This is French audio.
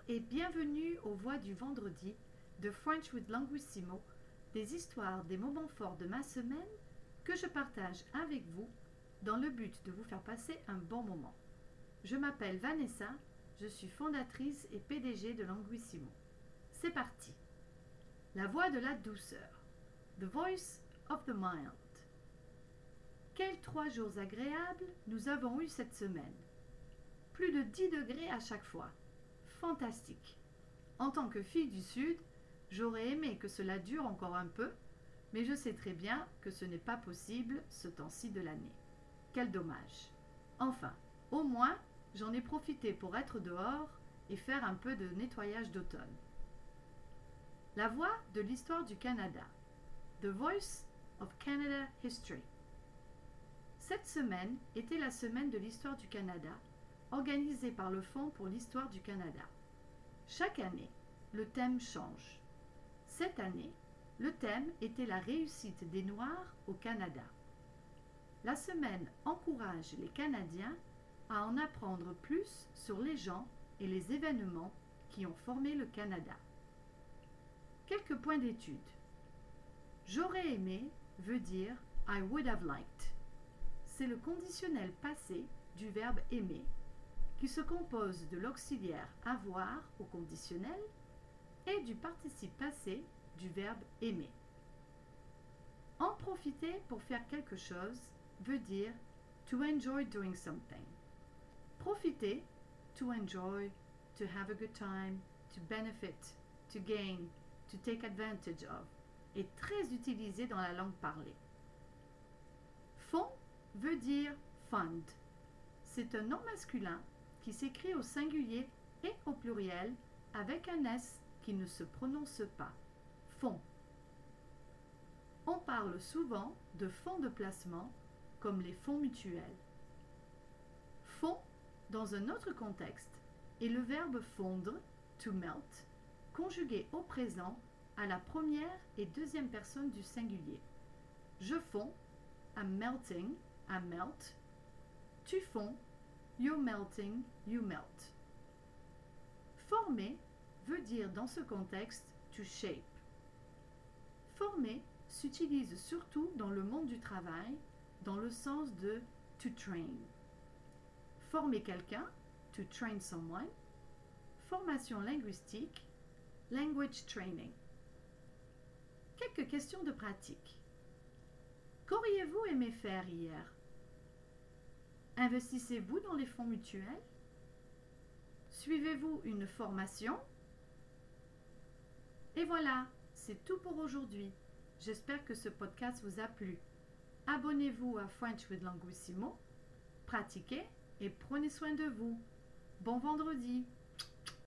et bienvenue aux Voix du vendredi de French with Languissimo, des histoires, des moments forts de ma semaine que je partage avec vous dans le but de vous faire passer un bon moment. Je m'appelle Vanessa, je suis fondatrice et PDG de Languissimo. C'est parti. La voix de la douceur. The voice of the mild. Quels 3 jours agréables nous avons eus cette semaine. Plus de 10 degrés à chaque fois. Fantastique. En tant que fille du Sud, j'aurais aimé que cela dure encore un peu, mais je sais très bien que ce n'est pas possible ce temps-ci de l'année. Quel dommage. Enfin, au moins, j'en ai profité pour être dehors et faire un peu de nettoyage d'automne. La voix de l'histoire du Canada. The Voice of Canada History. Cette semaine était la semaine de l'histoire du Canada, organisée par le Fonds pour l'histoire du Canada. Chaque année, le thème change. Cette année, le thème était la réussite des Noirs au Canada. La semaine encourage les Canadiens à en apprendre plus sur les gens et les événements qui ont formé le Canada. Quelques points d'étude. J'aurais aimé veut dire I would have liked. C'est le conditionnel passé du verbe aimer qui se compose de l'auxiliaire avoir au conditionnel et du participe passé du verbe aimer. En profiter pour faire quelque chose veut dire to enjoy doing something. Profiter, to enjoy, to have a good time, to benefit, to gain, to take advantage of, est très utilisé dans la langue parlée. Fonds veut dire fund. C'est un nom masculin qui s'écrit au singulier et au pluriel avec un S qui ne se prononce pas. Fonds. On parle souvent de fonds de placement comme les fonds mutuels. Fonds, dans un autre contexte, est le verbe fondre, to melt, conjugué au présent à la première et deuxième personne du singulier. Je fonds, I'm melting, I melt. Tu fonds, you're melting, you melt. Former veut dire dans ce contexte to shape. Former s'utilise surtout dans le monde du travail dans le sens de to train. Former quelqu'un, to train someone. Formation linguistique, language training. Quelques questions de pratique. Qu'auriez-vous aimé faire hier? Investissez-vous dans les fonds mutuels? Suivez-vous une formation? Et voilà, c'est tout pour aujourd'hui. J'espère que ce podcast vous a plu. Abonnez-vous à French with Languissimo, pratiquez et prenez soin de vous. Bon vendredi!